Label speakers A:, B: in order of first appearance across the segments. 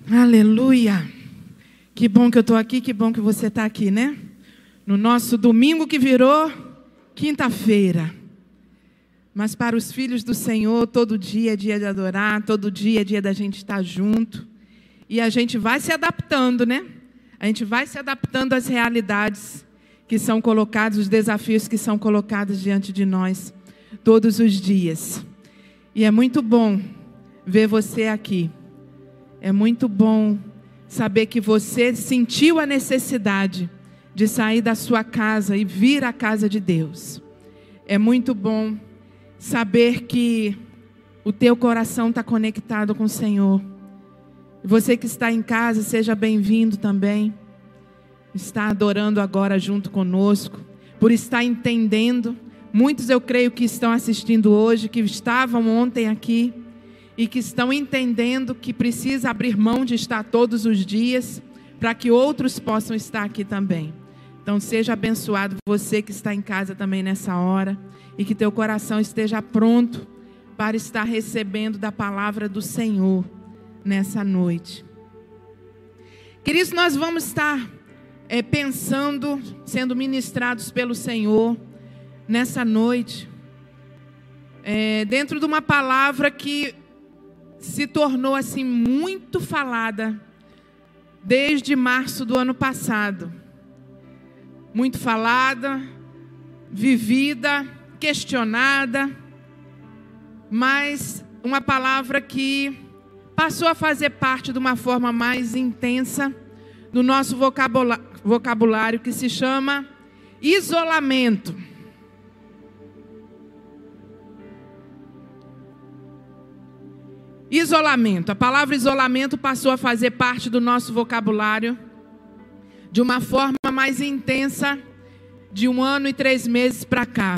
A: Aleluia! Que bom que eu estou aqui, que bom que você está aqui, né? No nosso domingo que virou quinta-feira. Mas para os filhos do Senhor, todo dia é dia de adorar, todo dia é dia da gente estar junto. E a gente vai se adaptando, né? A gente vai se adaptando às realidades que são colocadas, os desafios que são colocados diante de nós todos os dias. E é muito bom ver você aqui. É muito bom saber que você sentiu a necessidade de sair da sua casa e vir à casa de Deus. É muito bom saber que o teu coração está conectado com o Senhor. Você que está em casa, seja bem-vindo também. Está adorando agora junto conosco, por estar entendendo. Muitos eu creio que estão assistindo hoje, que estavam ontem aqui, e que estão entendendo que precisa abrir mão de estar todos os dias, para que outros possam estar aqui também. Então seja abençoado você que está em casa também nessa hora, e que teu coração esteja pronto para estar recebendo da palavra do Senhor nessa noite. Queridos, nós vamos estar pensando, sendo ministrados pelo Senhor nessa noite, dentro de uma palavra que se tornou assim muito falada desde março do ano passado. Muito falada, vivida, questionada, mas uma palavra que passou a fazer parte de uma forma mais intensa do nosso vocabulário, que se chama isolamento. Isolamento. A palavra isolamento passou a fazer parte do nosso vocabulário de uma forma mais intensa de 1 ano e 3 meses para cá.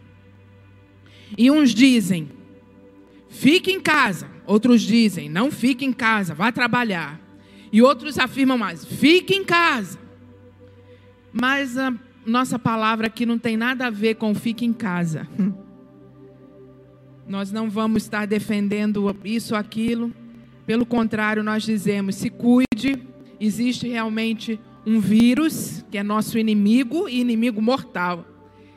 A: E uns dizem, fique em casa. Outros dizem, não fique em casa, vá trabalhar. E outros afirmam mais, fique em casa. Mas a nossa palavra aqui não tem nada a ver com fique em casa. Nós não vamos estar defendendo isso ou aquilo. Pelo contrário, nós dizemos, se cuide. Existe realmente um vírus, que é nosso inimigo e inimigo mortal.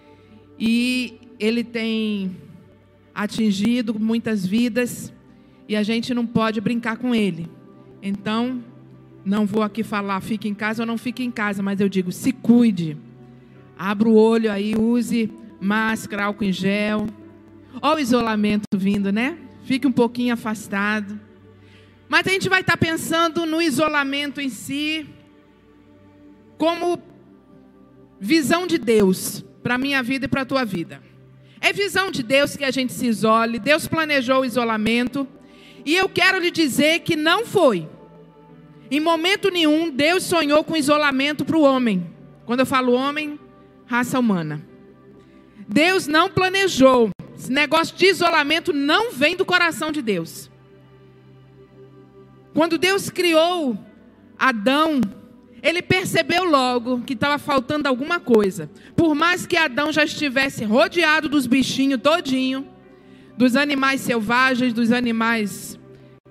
A: E ele tem atingido muitas vidas e a gente não pode brincar com ele. Então, não vou aqui falar fique em casa ou não fique em casa, mas eu digo, se cuide. Abra o olho aí, use máscara, álcool em gel. Olha o isolamento vindo, né? Fique um pouquinho afastado. Mas a gente vai estar pensando no isolamento em si como visão de Deus para a minha vida e para a tua vida. É visão de Deus que a gente se isole. Deus planejou o isolamento. E eu quero lhe dizer que não foi. Em momento nenhum, Deus sonhou com isolamento para o homem. Quando eu falo homem, raça humana. Deus não planejou. Esse negócio de isolamento não vem do coração de Deus. Quando Deus criou Adão, ele percebeu logo que estava faltando alguma coisa. Por mais que Adão já estivesse rodeado dos bichinhos todinho, dos animais selvagens, dos animais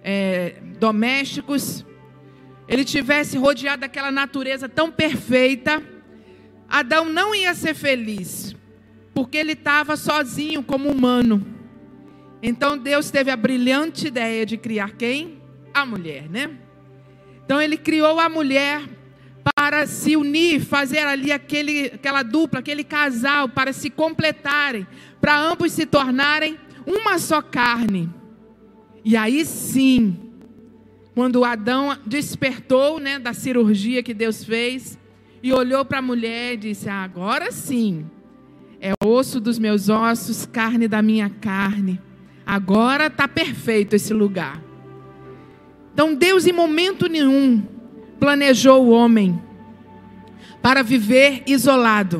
A: domésticos, ele tivesse rodeado daquela natureza tão perfeita, Adão não ia ser feliz, porque ele estava sozinho como humano. Então Deus teve a brilhante ideia de criar quem? A mulher, né? Então ele criou a mulher para se unir, fazer ali aquela dupla, aquele casal, para se completarem, para ambos se tornarem uma só carne. E aí sim, quando Adão despertou, né, da cirurgia que Deus fez, e olhou para a mulher e disse, agora sim, é osso dos meus ossos, carne da minha carne. Agora está perfeito esse lugar. Então Deus em momento nenhum planejou o homem para viver isolado.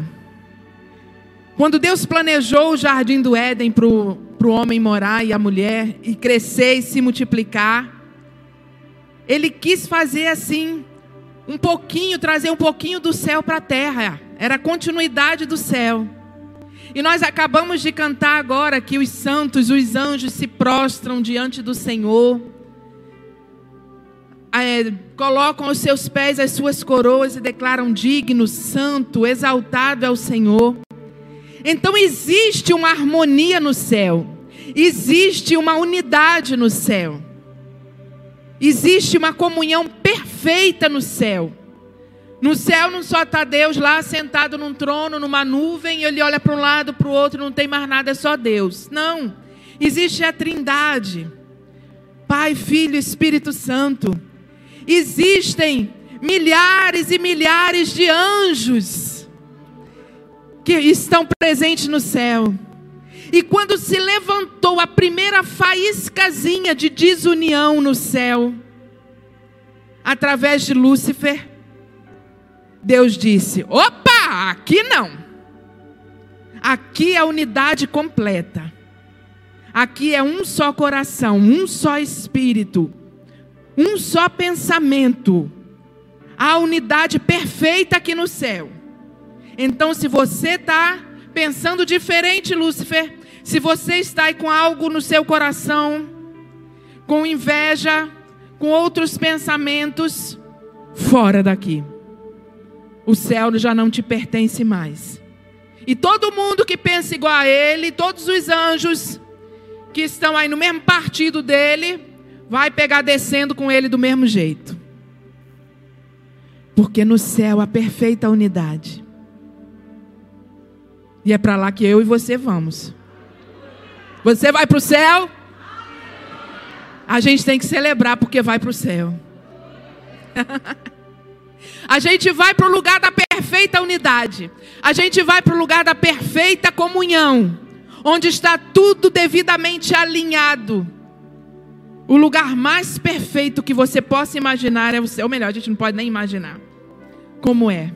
A: Quando Deus planejou o jardim do Éden para o homem morar e a mulher, e crescer e se multiplicar, Ele quis fazer assim, um pouquinho, trazer um pouquinho do céu para a terra. Era a continuidade do céu. E nós acabamos de cantar agora que os santos, os anjos se prostram diante do Senhor. colocam aos seus pés as suas coroas e declaram: digno, santo, exaltado é o Senhor. Então existe uma harmonia no céu, existe uma unidade no céu, existe uma comunhão perfeita no céu. No céu não só está Deus lá sentado num trono, numa nuvem, e ele olha para um lado, para o outro, não tem mais nada, é só Deus. Não, existe a Trindade, Pai, Filho e Espírito Santo. Existem milhares e milhares de anjos que estão presentes no céu. E quando se levantou a primeira faíscazinha de desunião no céu, através de Lúcifer, Deus disse: opa, aqui não. Aqui é a unidade completa. Aqui é um só coração, um só espírito, um só pensamento. A unidade perfeita aqui no céu. Então, se você está pensando diferente, Lúcifer, se você está aí com algo no seu coração, com inveja, com outros pensamentos, fora daqui. O céu já não te pertence mais. E todo mundo que pensa igual a ele, todos os anjos que estão aí no mesmo partido dele, vai pegar descendo com ele do mesmo jeito. Porque no céu há perfeita unidade. E é para lá que eu e você vamos. Você vai para o céu? A gente tem que celebrar porque vai para o céu. A gente vai para o lugar da perfeita unidade. A gente vai para o lugar da perfeita comunhão, onde está tudo devidamente alinhado. O lugar mais perfeito que você possa imaginar é o céu. Ou melhor, a gente não pode nem imaginar como é.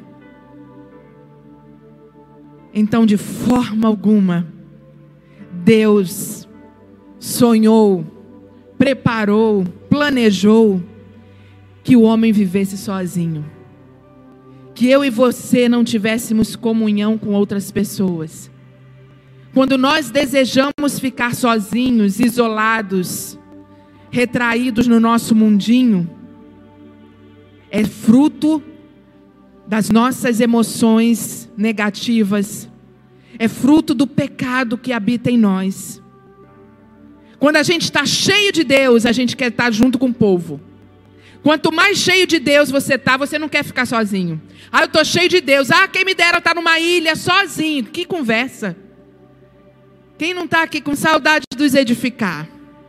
A: Então, de forma alguma, Deus sonhou, preparou, planejou que o homem vivesse sozinho. Que eu e você não tivéssemos comunhão com outras pessoas. Quando nós desejamos ficar sozinhos, isolados, retraídos no nosso mundinho, é fruto das nossas emoções negativas, é fruto do pecado que habita em nós. Quando a gente está cheio de Deus, a gente quer estar junto com o povo. Quanto mais cheio de Deus você está, você não quer ficar sozinho. Ah, eu estou cheio de Deus. Ah, quem me dera estar numa ilha sozinho. Que conversa. Quem não está aqui com saudade dos edificar?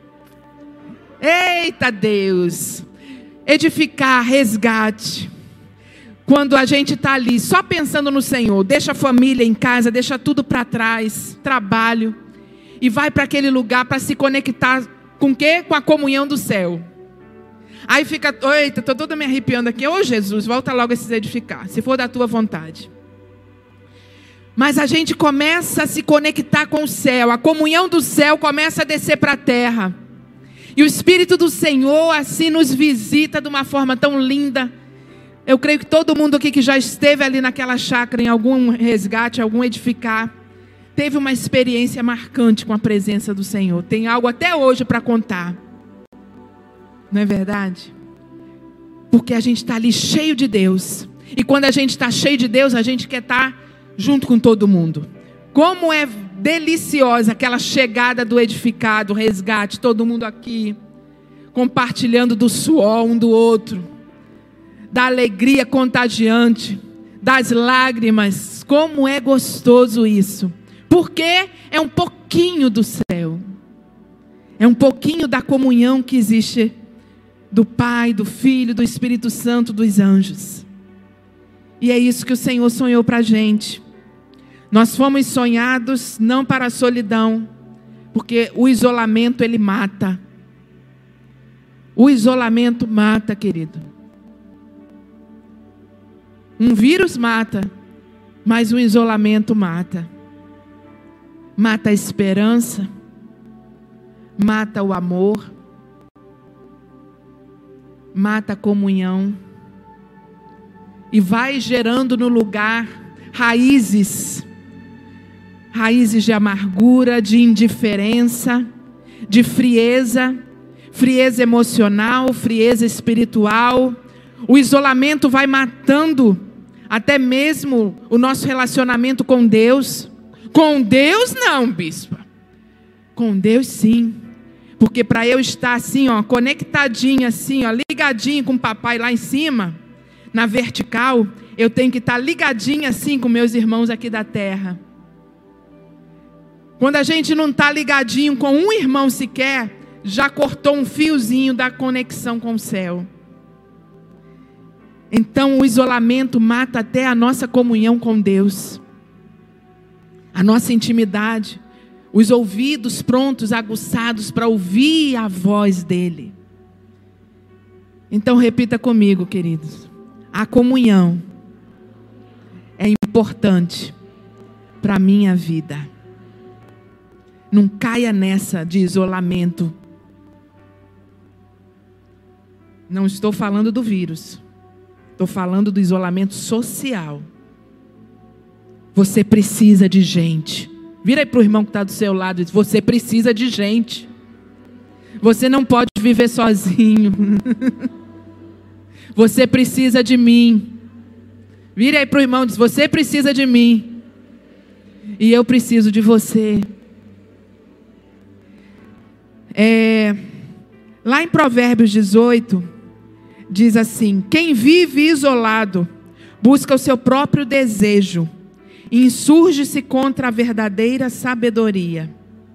A: Eita Deus. Edificar, resgate. Quando a gente está ali só pensando no Senhor, deixa a família em casa, deixa tudo para trás, trabalho, e vai para aquele lugar para se conectar com o quê? Com a comunhão do céu. Aí fica, eita, estou toda me arrepiando aqui. Ô Jesus, volta logo a se edificar, se for da tua vontade. Mas a gente começa a se conectar com o céu, a comunhão do céu começa a descer para a terra. E o Espírito do Senhor assim nos visita de uma forma tão linda. Eu creio que todo mundo aqui que já esteve ali naquela chácara, em algum resgate, algum edificar, teve uma experiência marcante com a presença do Senhor. Tem algo até hoje para contar. Não é verdade? Porque a gente está ali cheio de Deus. E quando a gente está cheio de Deus, a gente quer estar junto com todo mundo. Como é deliciosa aquela chegada do edificado, resgate, todo mundo aqui, compartilhando do suor um do outro, da alegria contagiante, das lágrimas. Como é gostoso isso. Porque é um pouquinho do céu. É um pouquinho da comunhão que existe do Pai, do Filho, do Espírito Santo, dos anjos. E é isso que o Senhor sonhou para a gente. Nós fomos sonhados não para a solidão, porque o isolamento ele mata. O isolamento mata, querido. Um vírus mata, mas o isolamento mata. Mata a esperança, mata o amor, mata a comunhão e vai gerando no lugar raízes de amargura, de indiferença, de frieza, frieza emocional, frieza espiritual. O isolamento vai matando até mesmo o nosso relacionamento com Deus. Com Deus não, bispa. Com Deus sim. Porque para eu estar assim, ó, conectadinho assim, ó, ligadinho com o papai lá em cima, na vertical, eu tenho que estar ligadinho assim com meus irmãos aqui da terra. Quando a gente não está ligadinho com um irmão sequer, já cortou um fiozinho da conexão com o céu. Então o isolamento mata até a nossa comunhão com Deus, a nossa intimidade, os ouvidos prontos, aguçados para ouvir a voz dEle. Então repita comigo, queridos: a comunhão é importante para a minha vida. Não caia nessa de isolamento. Não estou falando do vírus. Estou falando do isolamento social. Você precisa de gente. Vira aí para o irmão que está do seu lado e diz: você precisa de gente. Você não pode viver sozinho. Você precisa de mim. Vira aí para o irmão e diz: você precisa de mim. E eu preciso de você. Lá em Provérbios 18, diz assim: quem vive isolado busca o seu próprio desejo e insurge-se contra a verdadeira sabedoria.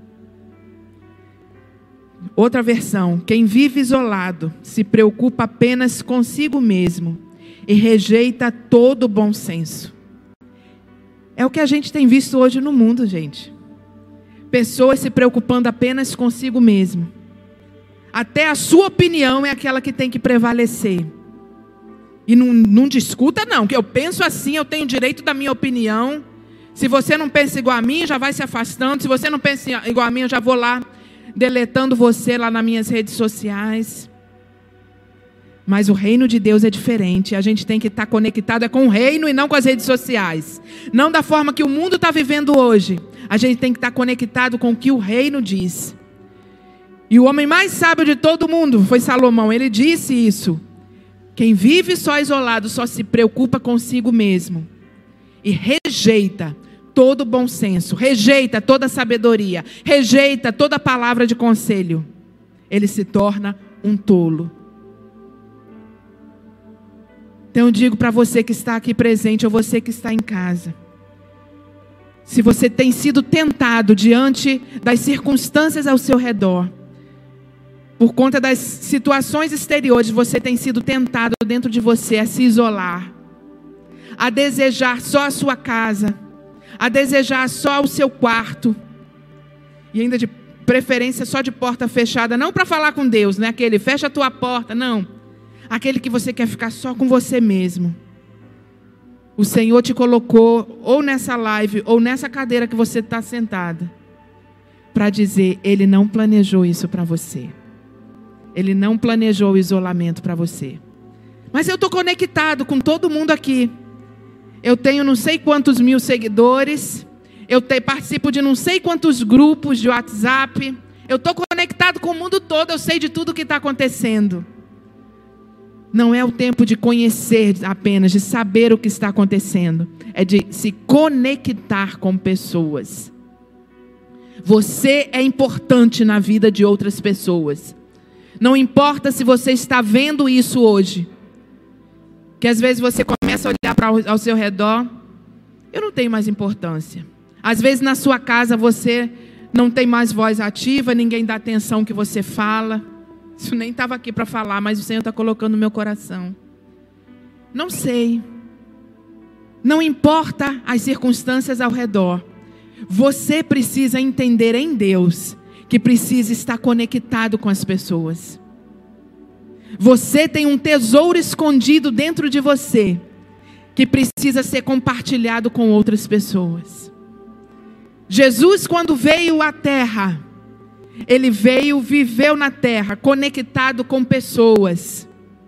A: Outra versão: quem vive isolado se preocupa apenas consigo mesmo e rejeita todo o bom senso. É o que a gente tem visto hoje no mundo, gente. Pessoas se preocupando apenas consigo mesmo. Até a sua opinião é aquela que tem que prevalecer. E não discuta não, que eu penso assim, eu tenho direito da minha opinião. Se você não pensa igual a mim, já vai se afastando. Se você não pensa igual a mim, eu já vou lá deletando você lá nas minhas redes sociais. Mas o reino de Deus é diferente. A gente tem que estar conectado com o reino e não com as redes sociais. Não da forma que o mundo está vivendo hoje. A gente tem que estar conectado com o que o reino diz. E o homem mais sábio de todo mundo foi Salomão. Ele disse isso: quem vive só isolado só se preocupa consigo mesmo e rejeita todo bom senso, rejeita toda sabedoria, rejeita toda palavra de conselho. Ele se torna um tolo. Então eu digo para você que está aqui presente ou você que está em casa: se você tem sido tentado diante das circunstâncias ao seu redor, por conta das situações exteriores, você tem sido tentado dentro de você a se isolar, a desejar só a sua casa, a desejar só o seu quarto, e ainda de preferência só de porta fechada, não para falar com Deus, né? Aquele fecha a tua porta, não. Aquele que você quer ficar só com você mesmo. O Senhor te colocou ou nessa live ou nessa cadeira que você está sentada para dizer: Ele não planejou isso para você. Ele não planejou o isolamento para você. Mas eu estou conectado com todo mundo aqui. Eu tenho não sei quantos mil seguidores. Eu participo de não sei quantos grupos de WhatsApp. Eu estou conectado com o mundo todo. Eu sei de tudo que está acontecendo. Não é o tempo de conhecer apenas, de saber o que está acontecendo. É de se conectar com pessoas. Você é importante na vida de outras pessoas. Não importa se você está vendo isso hoje. Que às vezes você começa a olhar ao seu redor. Eu não tenho mais importância. Às vezes na sua casa você não tem mais voz ativa. Ninguém dá atenção ao que você fala. Isso nem estava aqui para falar, mas o Senhor está colocando no meu coração. Não sei. Não importa as circunstâncias ao redor. Você precisa entender em Deus que precisa estar conectado com as pessoas. Você tem um tesouro escondido dentro de você que precisa ser compartilhado com outras pessoas. Jesus, quando veio à terra, Ele veio, viveu na terra, conectado com pessoas.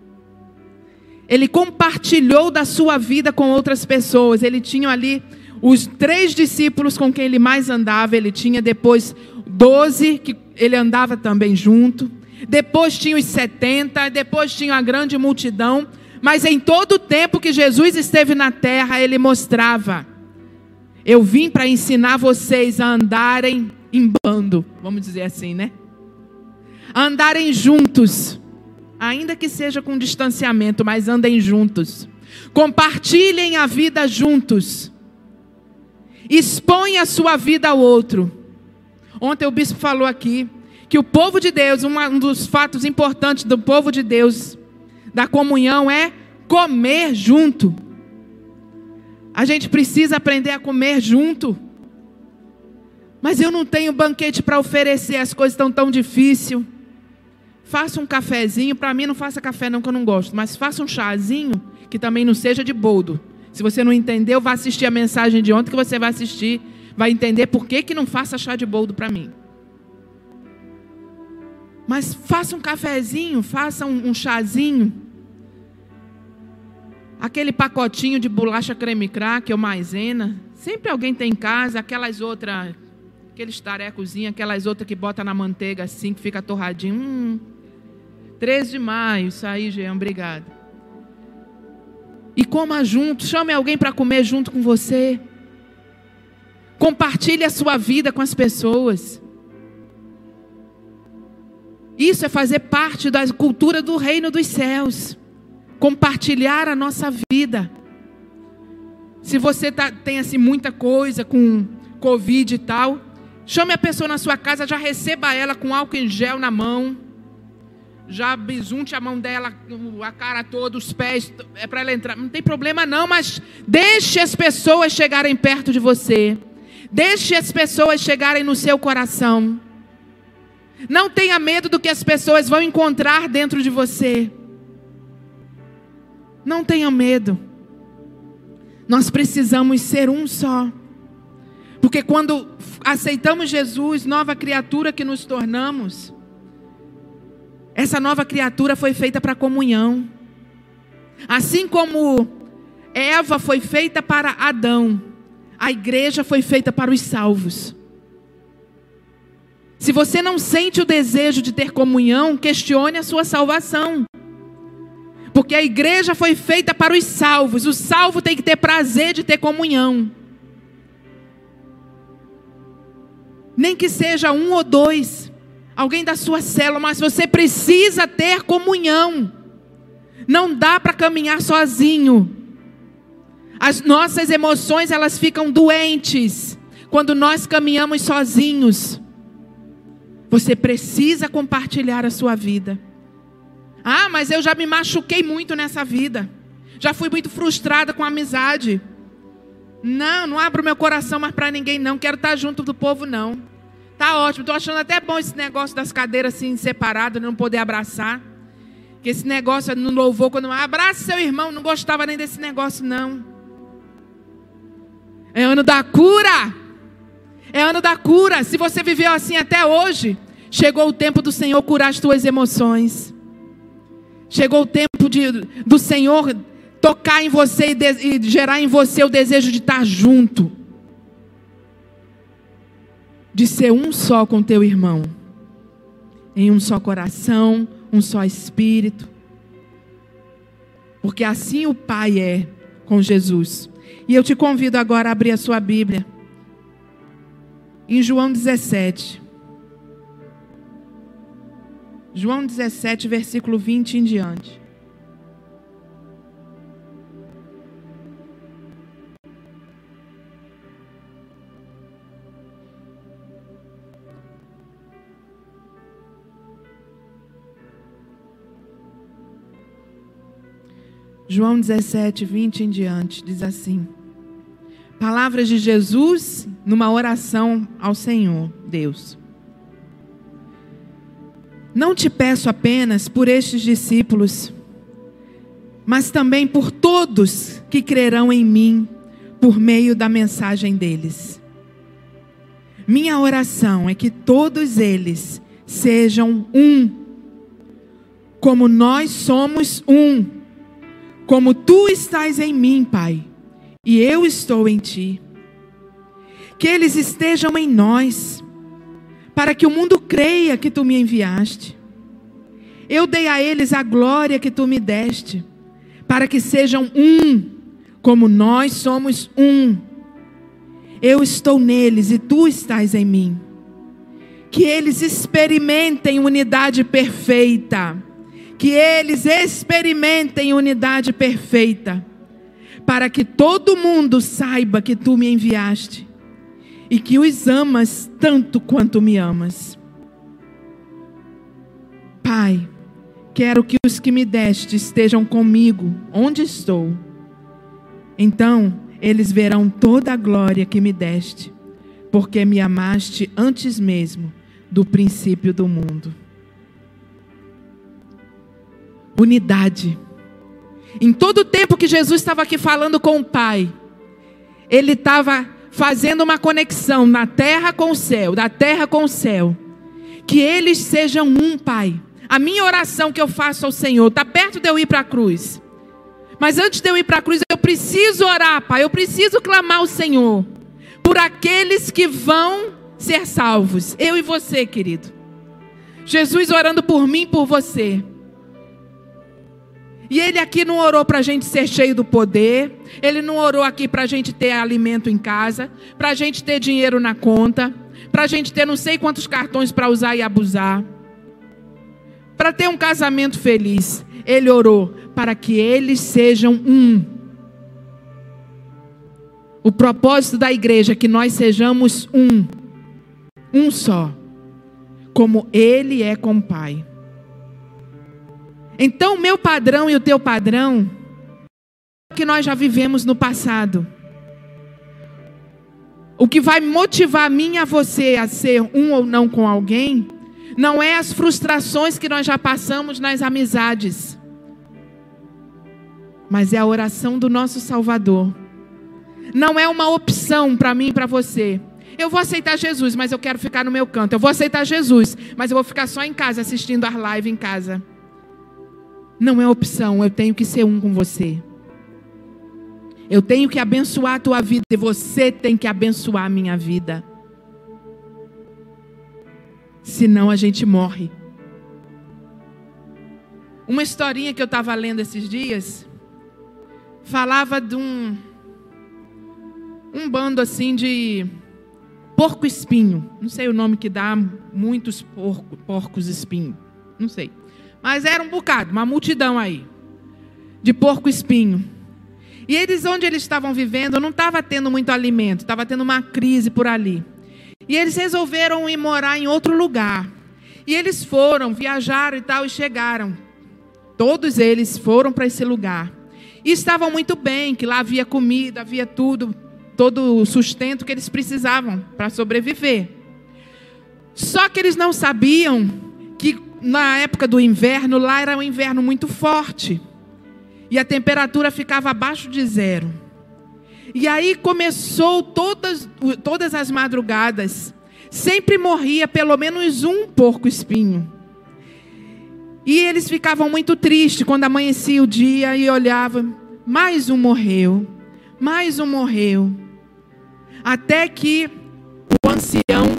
A: Ele compartilhou da sua vida com outras pessoas. Ele tinha ali os 3 discípulos com quem ele mais andava. Ele tinha depois 12 que ele andava também junto. Depois tinha os 70, depois tinha a grande multidão. Mas em todo o tempo que Jesus esteve na terra, Ele mostrava: eu vim para ensinar vocês a andarem em bando, vamos dizer assim, né? A andarem juntos, ainda que seja com distanciamento, mas andem juntos. Compartilhem a vida juntos. Exponha a sua vida ao outro. Ontem o bispo falou aqui que o povo de Deus, um dos fatos importantes do povo de Deus, da comunhão, é comer junto. A gente precisa aprender a comer junto. Mas eu não tenho banquete para oferecer, as coisas estão tão difíceis. Faça um cafezinho, para mim não faça café não, que eu não gosto, mas faça um chazinho, que também não seja de boldo. Se você não entendeu, vá assistir a mensagem de ontem que você vai assistir, vai entender por que não faça chá de boldo para mim. Mas faça um cafezinho, faça um chazinho. Aquele pacotinho de bolacha creme crack ou maisena, sempre alguém tem em casa, aqueles tarecozinhos, aquelas outras que bota na manteiga assim, que fica torradinho. 13 de maio, isso aí, Jean, obrigado. E coma junto, chame alguém para comer junto com você. Compartilhe a sua vida com as pessoas. Isso é fazer parte da cultura do reino dos céus. Compartilhar a nossa vida. Se você tem assim muita coisa com Covid e tal, chame a pessoa na sua casa, já receba ela com álcool em gel na mão. Já bisunte a mão dela, a cara toda, os pés, é para ela entrar. Não tem problema não, mas deixe as pessoas chegarem perto de você. Deixe as pessoas chegarem no seu coração. Não tenha medo do que as pessoas vão encontrar dentro de você. Não tenha medo. Nós precisamos ser um só. Porque quando aceitamos Jesus, nova criatura que nos tornamos, essa nova criatura foi feita para comunhão. Assim como Eva foi feita para Adão, a igreja foi feita para os salvos. Se você não sente o desejo de ter comunhão, questione a sua salvação. Porque a igreja foi feita para os salvos. O salvo tem que ter prazer de ter comunhão. Nem que seja 1 ou 2. Alguém da sua célula, mas você precisa ter comunhão. Não dá para caminhar sozinho. As nossas emoções, elas ficam doentes quando nós caminhamos sozinhos. Você precisa compartilhar a sua vida. Ah, mas eu já me machuquei muito nessa vida. Já fui muito frustrada com a amizade. Não abro meu coração mais para ninguém não. Quero estar junto do povo não. Tá ótimo, estou achando até bom esse negócio das cadeiras assim separadas, não poder abraçar. Que esse negócio no louvor, quando abraça seu irmão, não gostava nem desse negócio não. É ano da cura. É ano da cura. Se você viveu assim até hoje, chegou o tempo do Senhor curar as tuas emoções. Chegou o tempo do Senhor tocar em você e gerar em você o desejo de estar junto. De ser um só com teu irmão. Em um só coração, um só espírito. Porque assim o Pai é com Jesus. E eu te convido agora a abrir a sua Bíblia. Em João 17. João 17, versículo 20 em diante. João 17, 20 em diante, diz assim. Palavras de Jesus numa oração ao Senhor, Deus. Não te peço apenas por estes discípulos, mas também por todos que crerão em mim por meio da mensagem deles. Minha oração é que todos eles sejam um, como nós somos um, como tu estás em mim, Pai, e eu estou em ti. Que eles estejam em nós, para que o mundo creia que tu me enviaste. Eu dei a eles a glória que tu me deste, para que sejam um, como nós somos um. Eu estou neles e tu estás em mim. Que eles experimentem unidade perfeita. Que eles experimentem unidade perfeita. Para que todo mundo saiba que tu me enviaste. E que os amas tanto quanto me amas. Pai, quero que os que me deste estejam comigo, onde estou. Então, eles verão toda a glória que me deste, porque me amaste antes mesmo do princípio do mundo. Unidade. Em todo o tempo que Jesus estava aqui falando com o Pai, Ele estava fazendo uma conexão na terra com o céu, da terra com o céu. Que eles sejam um, Pai. A minha oração que eu faço ao Senhor, está perto de eu ir para a cruz. Mas antes de eu ir para a cruz, eu preciso orar, Pai. Eu preciso clamar ao Senhor por aqueles que vão ser salvos. Eu e você, querido. Jesus orando por mim e por você. E Ele aqui não orou para a gente ser cheio do poder. Ele não orou aqui para a gente ter alimento em casa, para a gente ter dinheiro na conta, para a gente ter não sei quantos cartões para usar e abusar, para ter um casamento feliz. Ele orou para que eles sejam um. O propósito da igreja é que nós sejamos um. Um só. Como Ele é com o Pai. Então o meu padrão e o teu padrão é o que nós já vivemos no passado. O que vai motivar a mim e a você a ser um ou não com alguém não é as frustrações que nós já passamos nas amizades, mas é a oração do nosso Salvador. Não é uma opção para mim e para você. Eu vou aceitar Jesus, mas eu quero ficar no meu canto. Eu vou aceitar Jesus, mas eu vou ficar só em casa, assistindo as lives em casa. Não é opção, eu tenho que ser um com você. Eu tenho que abençoar a tua vida e você tem que abençoar a minha vida. Senão a gente morre. Uma historinha que eu estava lendo esses dias falava de um bando assim de porco-espinho. Não sei o nome que dá, muitos porcos espinho. Não sei. Mas era um bocado, uma multidão aí de porco-espinho. E eles, onde eles estavam vivendo, não estava tendo muito alimento, estava tendo uma crise por ali. E eles resolveram ir morar em outro lugar. E eles foram, viajaram e tal, e chegaram. Todos eles foram para esse lugar. E estavam muito bem, que lá havia comida, havia tudo, todo o sustento que eles precisavam para sobreviver. Só que eles não sabiam que na época do inverno, lá era um inverno muito forte. E a temperatura ficava abaixo de 0. E aí começou todas as madrugadas. Sempre morria pelo menos um porco-espinho. E eles ficavam muito tristes quando amanhecia o dia e olhavam. Mais um morreu. Mais um morreu. Até que o ancião,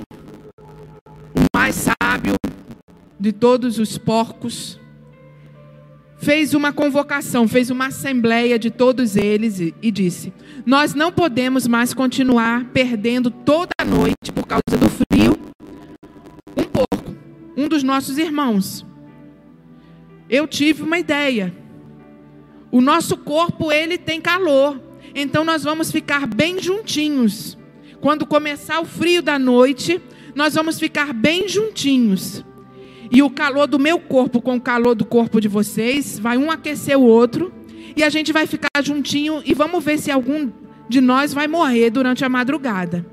A: o mais sábio de todos os porcos, fez uma convocação, fez uma assembleia de todos eles e disse: nós não podemos mais continuar perdendo toda a noite por causa do frio um porco, um dos nossos irmãos. Eu tive uma ideia. O nosso corpo, ele tem calor, então nós vamos ficar bem juntinhos. Quando começar o frio da noite, nós vamos ficar bem juntinhos. E o calor do meu corpo com o calor do corpo de vocês, vai um aquecer o outro, e a gente vai ficar juntinho e vamos ver se algum de nós vai morrer durante a madrugada.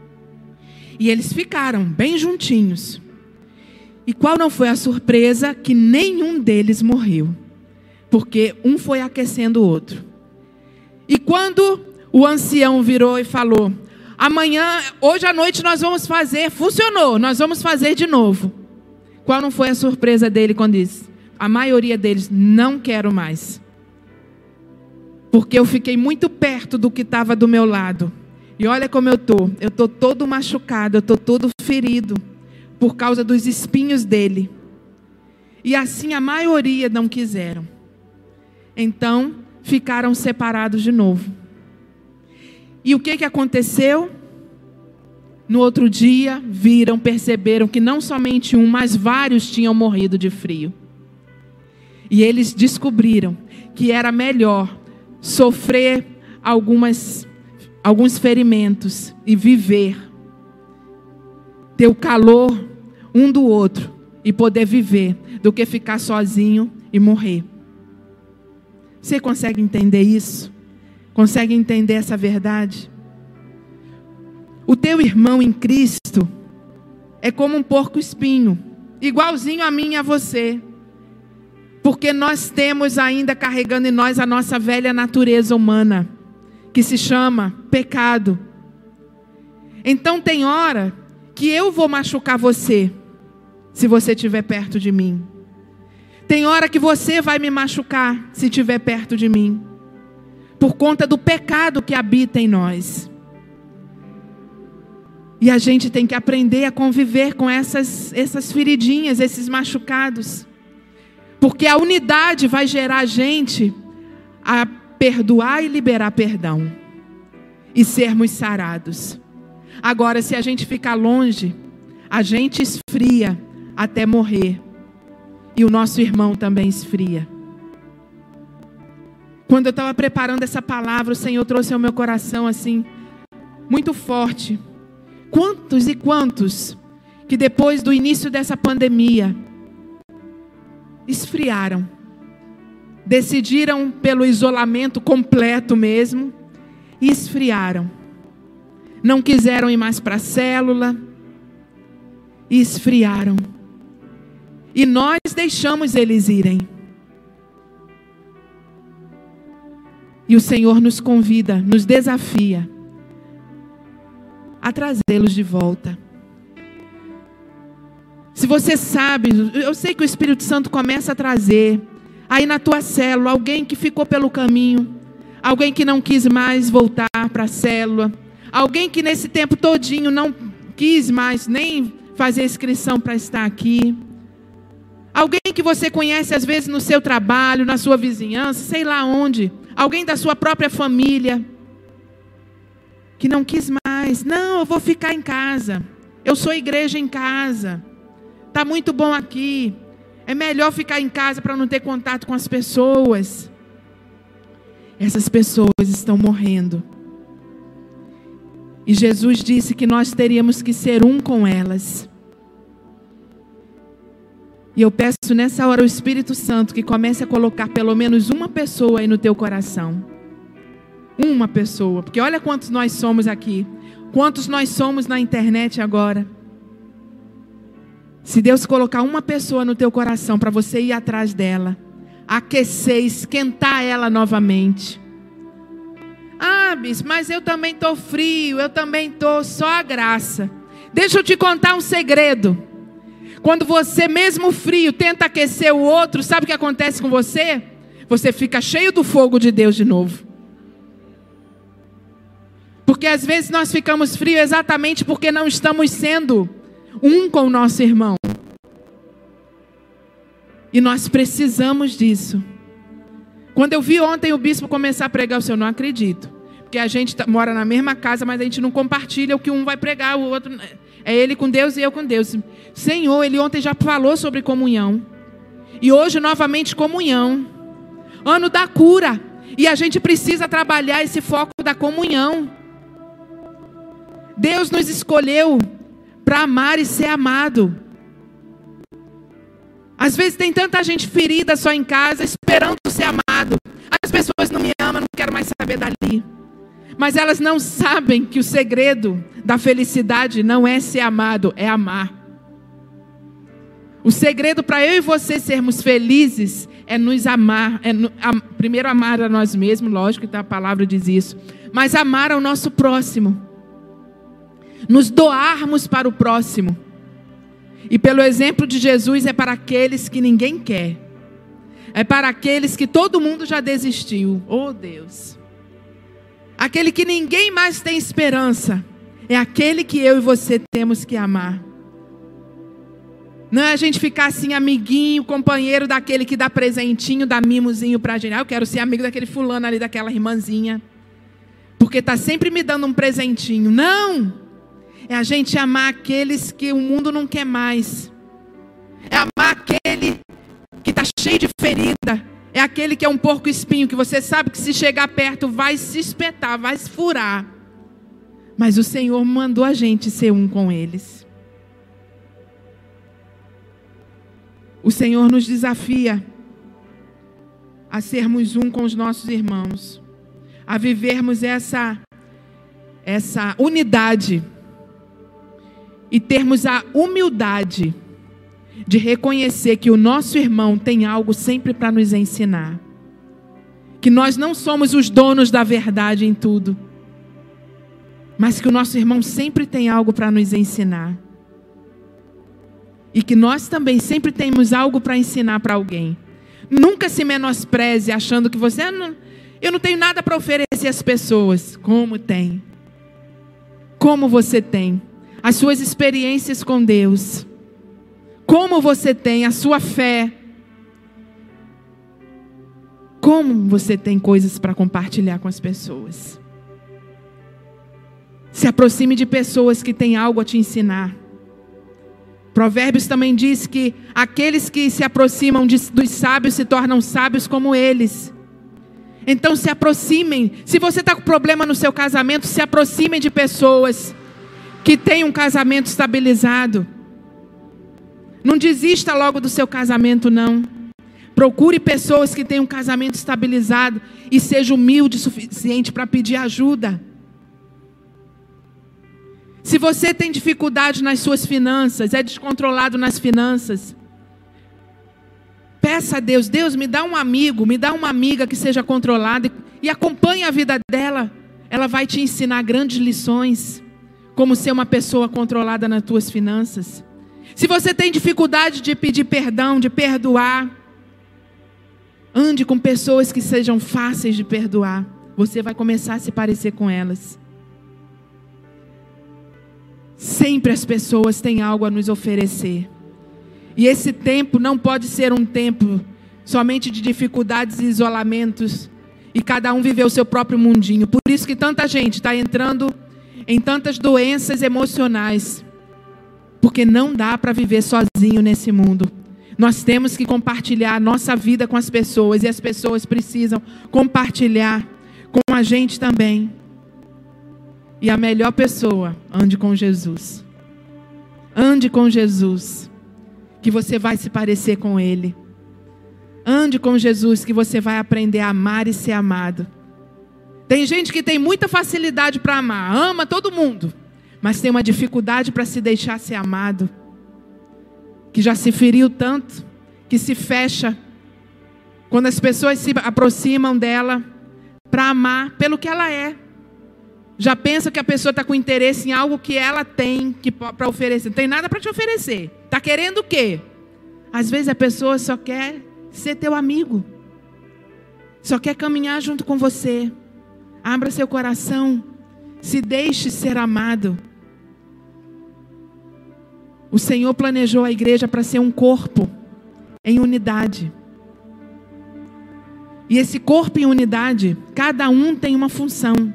A: E eles ficaram bem juntinhos. E qual não foi a surpresa? Que nenhum deles morreu, porque um foi aquecendo o outro. E quando o ancião virou e falou: amanhã, hoje à noite nós vamos fazer, funcionou, nós vamos fazer de novo. Qual não foi a surpresa dele quando disse? A maioria deles: não quero mais. Porque eu fiquei muito perto do que estava do meu lado. E olha como eu estou todo machucado, eu estou todo ferido, por causa dos espinhos dele. E assim a maioria não quiseram. Então, ficaram separados de novo. E o que aconteceu? No outro dia, perceberam que não somente um, mas vários tinham morrido de frio. E eles descobriram que era melhor sofrer alguns ferimentos e viver, ter o calor um do outro e poder viver, do que ficar sozinho e morrer. Você consegue entender isso? Consegue entender essa verdade? O teu irmão em Cristo é como um porco-espinho, igualzinho a mim e a você. Porque nós temos ainda carregando em nós a nossa velha natureza humana, que se chama pecado. Então tem hora que eu vou machucar você, se você estiver perto de mim. Tem hora que você vai me machucar, se estiver perto de mim. Por conta do pecado que habita em nós. E a gente tem que aprender a conviver com essas feridinhas, esses machucados. Porque a unidade vai gerar a gente a perdoar e liberar perdão. E sermos sarados. Agora, se a gente ficar longe, a gente esfria até morrer. E o nosso irmão também esfria. Quando eu estava preparando essa palavra, o Senhor trouxe ao meu coração assim, muito forte. Quantos e quantos que depois do início dessa pandemia esfriaram, decidiram pelo isolamento completo mesmo e esfriaram, não quiseram ir mais para a célula e esfriaram, e nós deixamos eles irem. E o Senhor nos convida, nos desafia a trazê-los de volta. Se você sabe, eu sei que o Espírito Santo começa a trazer, aí na tua célula, alguém que ficou pelo caminho, alguém que não quis mais voltar para a célula, alguém que nesse tempo todinho não quis mais nem fazer inscrição para estar aqui, alguém que você conhece às vezes no seu trabalho, na sua vizinhança, sei lá onde, alguém da sua própria família, que não quis mais. Não, eu vou ficar em casa. Eu sou igreja em casa. Está muito bom aqui. É melhor ficar em casa para não ter contato com as pessoas. Essas pessoas estão morrendo. E Jesus disse que nós teríamos que ser um com elas. E eu peço nessa hora ao Espírito Santo que comece a colocar pelo menos uma pessoa aí no teu coração. Uma pessoa. Porque olha quantos nós somos aqui. Quantos nós somos na internet agora. Se Deus colocar uma pessoa no teu coração para você ir atrás dela, aquecer, esquentar ela novamente. Ah, bispo, mas eu também estou frio, eu também estou só a graça. Deixa eu te contar um segredo. Quando você mesmo frio tenta aquecer o outro, sabe o que acontece com você? Você fica cheio do fogo de Deus de novo. Porque às vezes nós ficamos frios exatamente porque não estamos sendo um com o nosso irmão. E nós precisamos disso. Quando eu vi ontem o bispo começar a pregar, eu não acredito. Porque a gente mora na mesma casa, mas a gente não compartilha o que um vai pregar, o outro... É ele com Deus e eu com Deus. Senhor, ele ontem já falou sobre comunhão. E hoje novamente comunhão. Ano da cura. E a gente precisa trabalhar esse foco da comunhão. Deus nos escolheu para amar e ser amado. Às vezes tem tanta gente ferida só em casa, esperando ser amado. As pessoas não me amam, não quero mais saber dali. Mas elas não sabem que o segredo da felicidade não é ser amado, é amar. O segredo para eu e você sermos felizes é nos amar. Primeiro amar a nós mesmos, lógico que a palavra diz isso. Mas amar ao nosso próximo. Nos doarmos para o próximo. E pelo exemplo de Jesus é para aqueles que ninguém quer. É para aqueles que todo mundo já desistiu. Oh Deus. Aquele que ninguém mais tem esperança. É aquele que eu e você temos que amar. Não é a gente ficar assim, amiguinho, companheiro daquele que dá presentinho, dá mimozinho pra gente. Eu quero ser amigo daquele fulano ali, daquela irmãzinha, porque está sempre me dando um presentinho. Não! É a gente amar aqueles que o mundo não quer mais. É amar aquele que está cheio de ferida. É aquele que é um porco espinho, que você sabe que se chegar perto vai se espetar, vai se furar. Mas o Senhor mandou a gente ser um com eles. O Senhor nos desafia a sermos um com os nossos irmãos, a vivermos essa unidade e termos a humildade de reconhecer que o nosso irmão tem algo sempre para nos ensinar, que nós não somos os donos da verdade em tudo, mas que o nosso irmão sempre tem algo para nos ensinar. E que nós também sempre temos algo para ensinar para alguém. Nunca se menospreze achando que você... Eu não tenho nada para oferecer às pessoas. Como tem? Como você tem? As suas experiências com Deus. Como você tem a sua fé. Como você tem coisas para compartilhar com as pessoas. Se aproxime de pessoas que têm algo a te ensinar. Provérbios também diz que aqueles que se aproximam dos sábios se tornam sábios como eles. Então se aproximem. Se você está com problema no seu casamento, se aproximem de pessoas que têm um casamento estabilizado. Não desista logo do seu casamento, não. Procure pessoas que têm um casamento estabilizado e seja humilde o suficiente para pedir ajuda. Se você tem dificuldade nas suas finanças, é descontrolado nas finanças, peça a Deus, Deus me dá um amigo, me dá uma amiga que seja controlada e acompanhe a vida dela. Ela vai te ensinar grandes lições, como ser uma pessoa controlada nas tuas finanças. Se você tem dificuldade de pedir perdão, de perdoar, ande com pessoas que sejam fáceis de perdoar. Você vai começar a se parecer com elas. Sempre as pessoas têm algo a nos oferecer. E esse tempo não pode ser um tempo somente de dificuldades e isolamentos. E cada um viver o seu próprio mundinho. Por isso que tanta gente está entrando em tantas doenças emocionais. Porque não dá para viver sozinho nesse mundo. Nós temos que compartilhar a nossa vida com as pessoas. E as pessoas precisam compartilhar com a gente também. E a melhor pessoa, ande com Jesus. Ande com Jesus, que você vai se parecer com Ele. Ande com Jesus, que você vai aprender a amar e ser amado. Tem gente que tem muita facilidade para amar, ama todo mundo, mas tem uma dificuldade para se deixar ser amado. Que já se feriu tanto, que se fecha, quando as pessoas se aproximam dela, para amar pelo que ela é. Já pensa que a pessoa está com interesse em algo que ela tem para oferecer. Não tem nada para te oferecer. Está querendo o quê? Às vezes a pessoa só quer ser teu amigo. Só quer caminhar junto com você. Abra seu coração. Se deixe ser amado. O Senhor planejou a igreja para ser um corpo em unidade. E esse corpo em unidade, cada um tem uma função.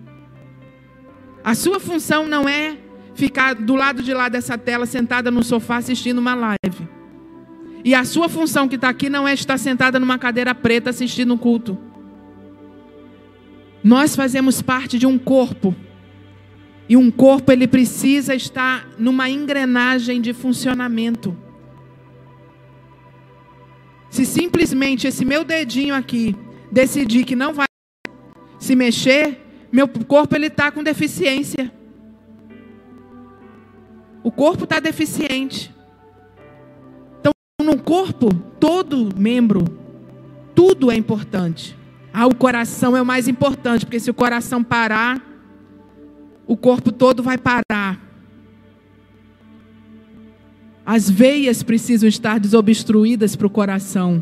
A: A sua função não é ficar do lado de lá dessa tela, sentada no sofá assistindo uma live. E a sua função que está aqui não é estar sentada numa cadeira preta assistindo um culto. Nós fazemos parte de um corpo. E um corpo, ele precisa estar numa engrenagem de funcionamento. Se simplesmente esse meu dedinho aqui decidir que não vai se mexer, meu corpo ele está com deficiência. O corpo está deficiente. Então, no corpo, todo membro, tudo é importante. O coração é o mais importante, porque se o coração parar, o corpo todo vai parar. As veias precisam estar desobstruídas para o coração.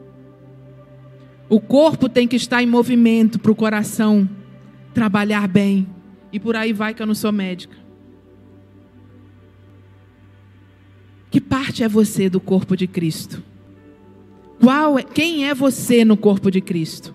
A: O corpo tem que estar em movimento para o coração trabalhar bem. E por aí vai, que eu não sou médica. Que parte é você do corpo de Cristo? Quem é você no corpo de Cristo?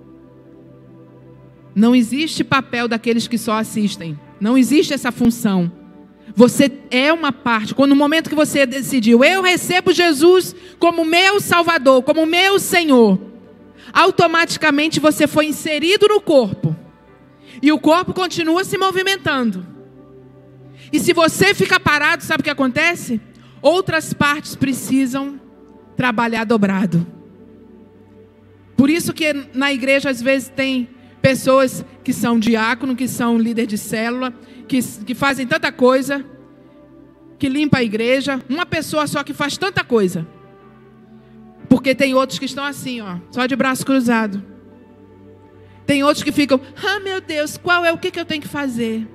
A: Não existe papel daqueles que só assistem. Não existe essa função. Você é uma parte. No momento que você decidiu, eu recebo Jesus como meu Salvador, como meu Senhor, automaticamente você foi inserido no corpo. E o corpo continua se movimentando. E se você fica parado, sabe o que acontece? Outras partes precisam trabalhar dobrado. Por isso que na igreja às vezes tem pessoas que são diácono, que são líder de célula, que fazem tanta coisa, que limpa a igreja. Uma pessoa só que faz tanta coisa. Porque tem outros que estão assim, ó, só de braço cruzado. Tem outros que ficam, meu Deus, o que eu tenho que fazer?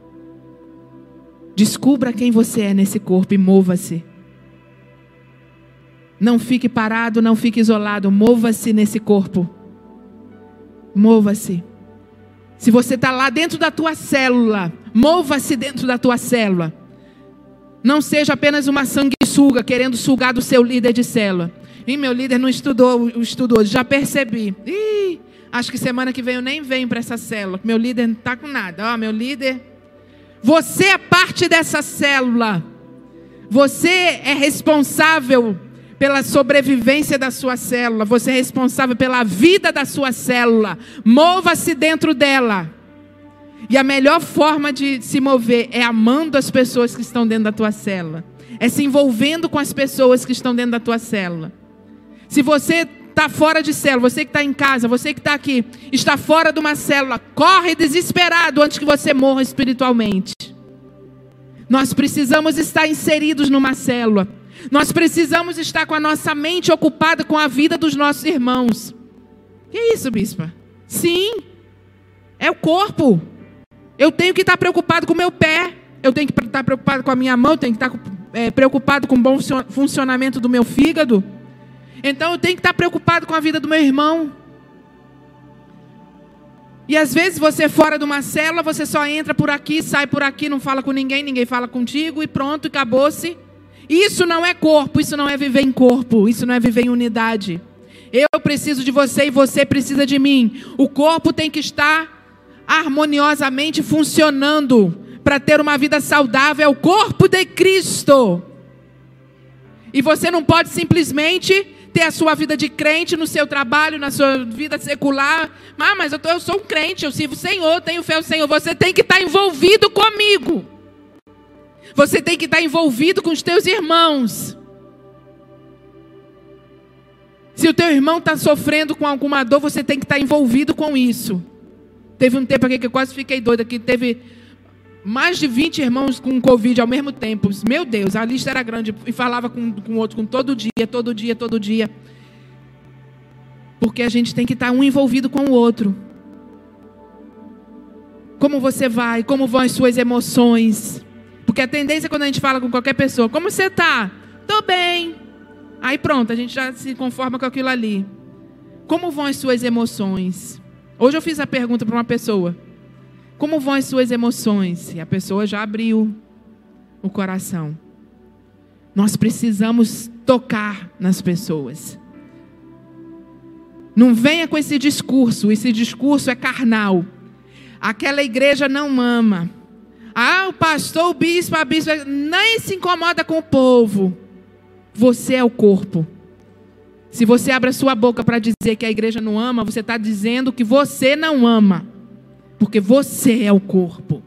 A: Descubra quem você é nesse corpo e mova-se. Não fique parado, não fique isolado, mova-se nesse corpo. Mova-se. Se você está lá dentro da tua célula, mova-se dentro da tua célula. Não seja apenas uma sanguessuga querendo sugar do seu líder de célula. Meu líder não estudou hoje, já percebi. Acho que semana que vem eu nem venho para essa célula. Meu líder não está com nada. Meu líder. Você é parte dessa célula. Você é responsável pela sobrevivência da sua célula. Você é responsável pela vida da sua célula. Mova-se dentro dela. E a melhor forma de se mover é amando as pessoas que estão dentro da tua célula. É se envolvendo com as pessoas que estão dentro da tua célula. Se você está fora de célula, você que está em casa, você que está aqui, está fora de uma célula, corre desesperado antes que você morra espiritualmente. Nós precisamos estar inseridos numa célula. Nós precisamos estar com a nossa mente ocupada com a vida dos nossos irmãos. Que isso, bispa? Sim, é o corpo. Eu tenho que estar preocupado com o meu pé. Eu tenho que estar preocupado com a minha mão. Eu tenho que estar preocupado com o bom funcionamento do meu fígado. Então eu tenho que estar preocupado com a vida do meu irmão. E às vezes você fora de uma célula, você só entra por aqui, sai por aqui, não fala com ninguém, ninguém fala contigo e pronto, acabou-se. Isso não é corpo, isso não é viver em corpo, isso não é viver em unidade. Eu preciso de você e você precisa de mim. O corpo tem que estar harmoniosamente funcionando para ter uma vida saudável. É o corpo de Cristo. E você não pode simplesmente ter a sua vida de crente no seu trabalho, na sua vida secular. Mas eu sou um crente, eu sirvo o Senhor, tenho fé no Senhor. Você tem que estar envolvido comigo. Você tem que estar envolvido com os teus irmãos. Se o teu irmão está sofrendo com alguma dor, você tem que estar envolvido com isso. Teve um tempo aqui que eu quase fiquei doida, que teve mais de 20 irmãos com Covid ao mesmo tempo. Meu Deus, a lista era grande. E falava com o outro com todo dia. Porque a gente tem que estar um envolvido com o outro. Como você vai? Como vão as suas emoções? Porque a tendência quando a gente fala com qualquer pessoa, como você está? Estou bem. Aí pronto, a gente já se conforma com aquilo ali. Como vão as suas emoções? Hoje eu fiz a pergunta para uma pessoa. Como vão as suas emoções? E a pessoa já abriu o coração. Nós precisamos tocar nas pessoas. Não venha com esse discurso é carnal. Aquela igreja não ama. O pastor, o bispo, a bispa, nem se incomoda com o povo. Você é o corpo. Se você abre a sua boca para dizer que a igreja não ama, você está dizendo que você não ama. Porque você é o corpo.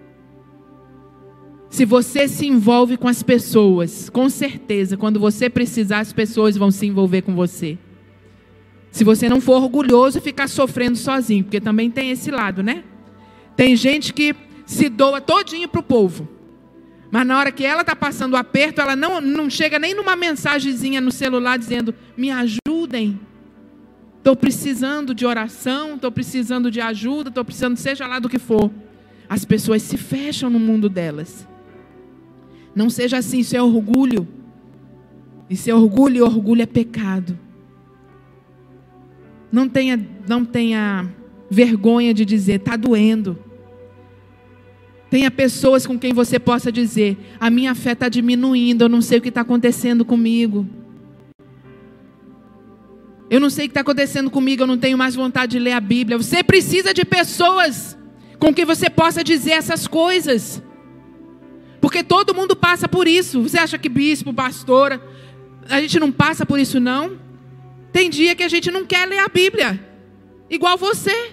A: Se você se envolve com as pessoas, com certeza, quando você precisar, as pessoas vão se envolver com você. Se você não for orgulhoso e ficar sofrendo sozinho, porque também tem esse lado, né? Tem gente que se doa todinho para o povo. Mas na hora que ela está passando o aperto, ela não chega nem numa mensagenzinha no celular dizendo, me ajudem. Estou precisando de oração, estou precisando de ajuda, estou precisando seja lá do que for. As pessoas se fecham no mundo delas. Não seja assim, isso é orgulho. Isso é orgulho e orgulho é pecado. Não tenha vergonha de dizer, está doendo. Tenha pessoas com quem você possa dizer: a minha fé está diminuindo, eu não sei o que está acontecendo comigo. Eu não sei o que está acontecendo comigo, eu não tenho mais vontade de ler a Bíblia. Você precisa de pessoas com quem você possa dizer essas coisas. Porque todo mundo passa por isso. Você acha que bispo, pastora, a gente não passa por isso não? Tem dia que a gente não quer ler a Bíblia, igual você.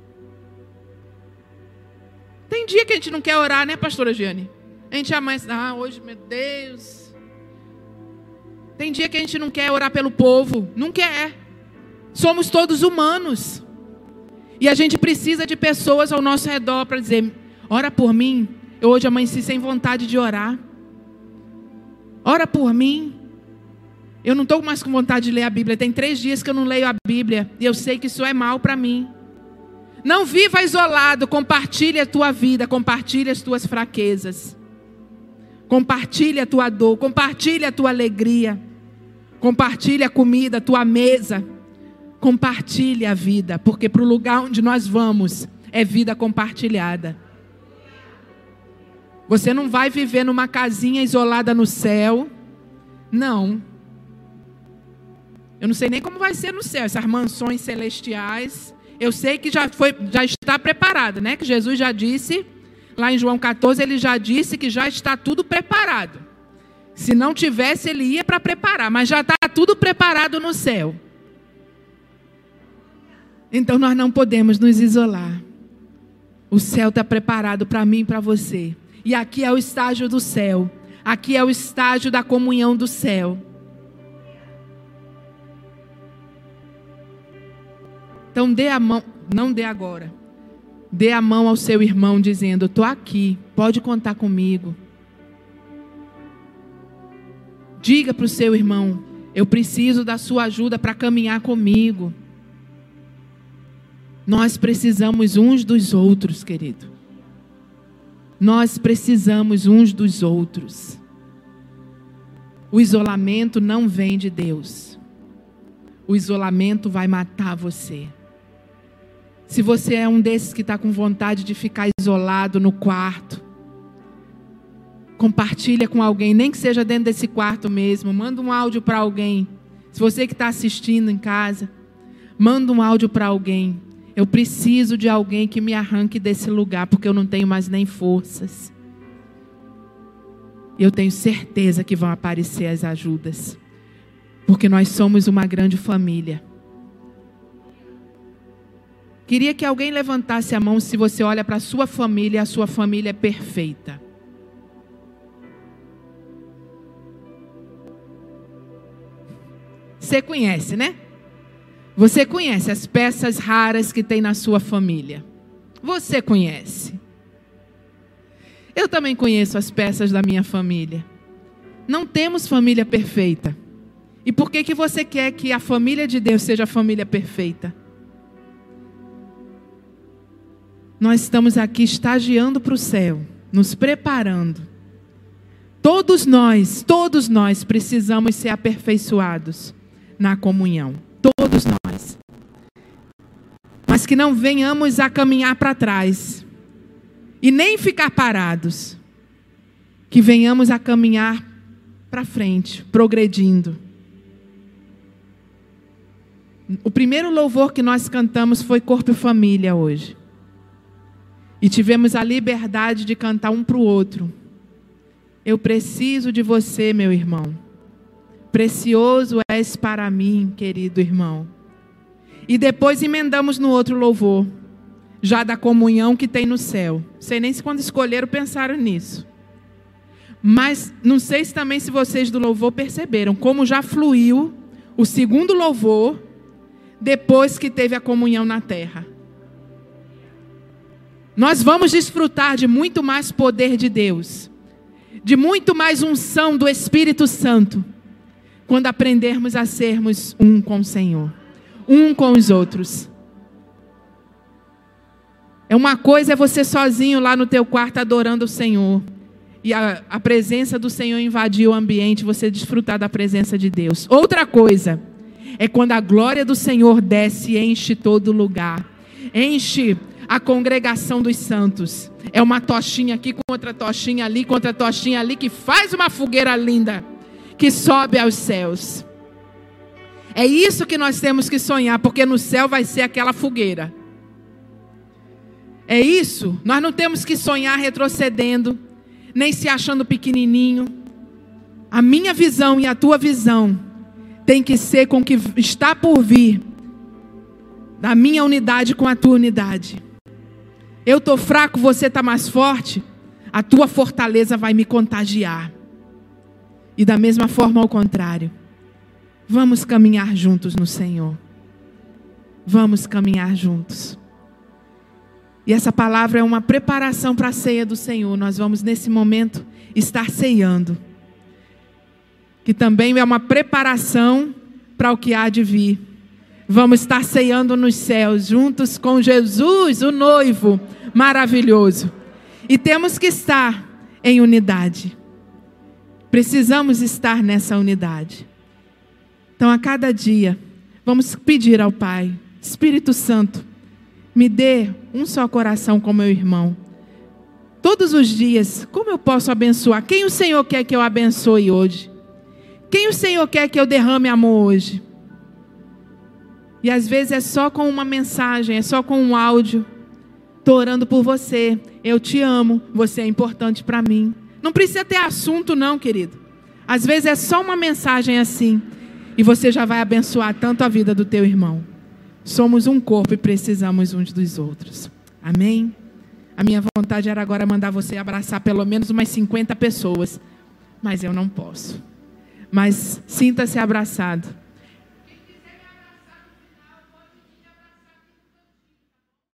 A: Tem dia que a gente não quer orar, né, pastora Giane? A gente amanhece, hoje, meu Deus. Tem dia que a gente não quer orar pelo povo, não quer. Somos todos humanos. E a gente precisa de pessoas ao nosso redor para dizer: ora por mim, eu hoje amanheci sem vontade de orar. Ora por mim. Eu não estou mais com vontade de ler a Bíblia. Tem 3 dias que eu não leio a Bíblia. E eu sei que isso é mal para mim. Não viva isolado. Compartilhe a tua vida. Compartilhe as tuas fraquezas. Compartilhe a tua dor. Compartilhe a tua alegria. Compartilhe a comida, a tua mesa. Compartilhe a vida. Porque para o lugar onde nós vamos é vida compartilhada. Você não vai viver numa casinha isolada no céu. Não. Eu não sei nem como vai ser no céu, essas mansões celestiais. Eu sei que já está preparado, né? Que Jesus já disse, lá em João 14, ele já disse que já está tudo preparado. Se não tivesse, ele ia para preparar, mas já está tudo preparado no céu. Então nós não podemos nos isolar. O céu está preparado para mim e para você. E aqui é o estágio do céu. Aqui é o estágio da comunhão do céu. Então dê a mão, não dê agora. Dê a mão ao seu irmão dizendo: estou aqui, pode contar comigo. Diga para o seu irmão: eu preciso da sua ajuda para caminhar comigo. Nós precisamos uns dos outros, querido. Nós precisamos uns dos outros. O isolamento não vem de Deus. O isolamento vai matar você. Se você é um desses que está com vontade de ficar isolado no quarto, compartilha com alguém, nem que seja dentro desse quarto mesmo. Manda um áudio para alguém. Se você que está assistindo em casa, manda um áudio para alguém. Eu preciso de alguém que me arranque desse lugar, porque eu não tenho mais nem forças. Eu tenho certeza que vão aparecer as ajudas, porque nós somos uma grande família. Queria que alguém levantasse a mão se você olha para a sua família, a sua família é perfeita. Você conhece, né? Você conhece as peças raras que tem na sua família. Você conhece. Eu também conheço as peças da minha família. Não temos família perfeita. E por que você quer que a família de Deus seja a família perfeita? Nós estamos aqui estagiando para o céu, nos preparando. Todos nós precisamos ser aperfeiçoados na comunhão. Todos nós. Mas que não venhamos a caminhar para trás e nem ficar parados. Que venhamos a caminhar para frente, progredindo. O primeiro louvor que nós cantamos foi Corpo e Família hoje. E tivemos a liberdade de cantar um para o outro. Eu preciso de você, meu irmão. Precioso és para mim, querido irmão. E depois emendamos no outro louvor, já da comunhão que tem no céu. Sei nem se quando escolheram pensaram nisso. Mas não sei se também se vocês do louvor perceberam como já fluiu o segundo louvor depois que teve a comunhão na terra. Nós vamos desfrutar de muito mais poder de Deus, de muito mais unção do Espírito Santo, quando aprendermos a sermos um com o Senhor, um com os outros. Uma coisa é você sozinho lá no teu quarto adorando o Senhor, e a presença do Senhor invadir o ambiente, você desfrutar da presença de Deus. Outra coisa é quando a glória do Senhor desce e enche todo lugar, enche a congregação dos santos. É uma tochinha aqui, com outra tochinha ali, com outra tochinha ali, que faz uma fogueira linda, que sobe aos céus. É isso que nós temos que sonhar, porque no céu vai ser aquela fogueira. É isso. Nós não temos que sonhar retrocedendo, nem se achando pequenininho. A minha visão e a tua visão tem que ser com o que está por vir, da minha unidade com a tua unidade. Eu estou fraco, você está mais forte, a tua fortaleza vai me contagiar. E da mesma forma ao contrário. Vamos caminhar juntos no Senhor. Vamos caminhar juntos. E essa palavra é uma preparação para a ceia do Senhor. Nós vamos nesse momento estar ceando. Que também é uma preparação para o que há de vir. Vamos estar ceando nos céus, juntos com Jesus, o noivo maravilhoso. E temos que estar em unidade. Precisamos estar nessa unidade. Então, a cada dia, vamos pedir ao Pai, Espírito Santo, me dê um só coração com meu irmão. Todos os dias, como eu posso abençoar? Quem o Senhor quer que eu abençoe hoje? Quem o Senhor quer que eu derrame amor hoje? E às vezes é só com uma mensagem, é só com um áudio. Estou orando por você, eu te amo, você é importante para mim. Não precisa ter assunto não, querido. Às vezes é só uma mensagem assim. E você já vai abençoar tanto a vida do teu irmão. Somos um corpo e precisamos uns dos outros. Amém? A minha vontade era agora mandar você abraçar pelo menos umas 50 pessoas. Mas eu não posso. Mas sinta-se abraçado.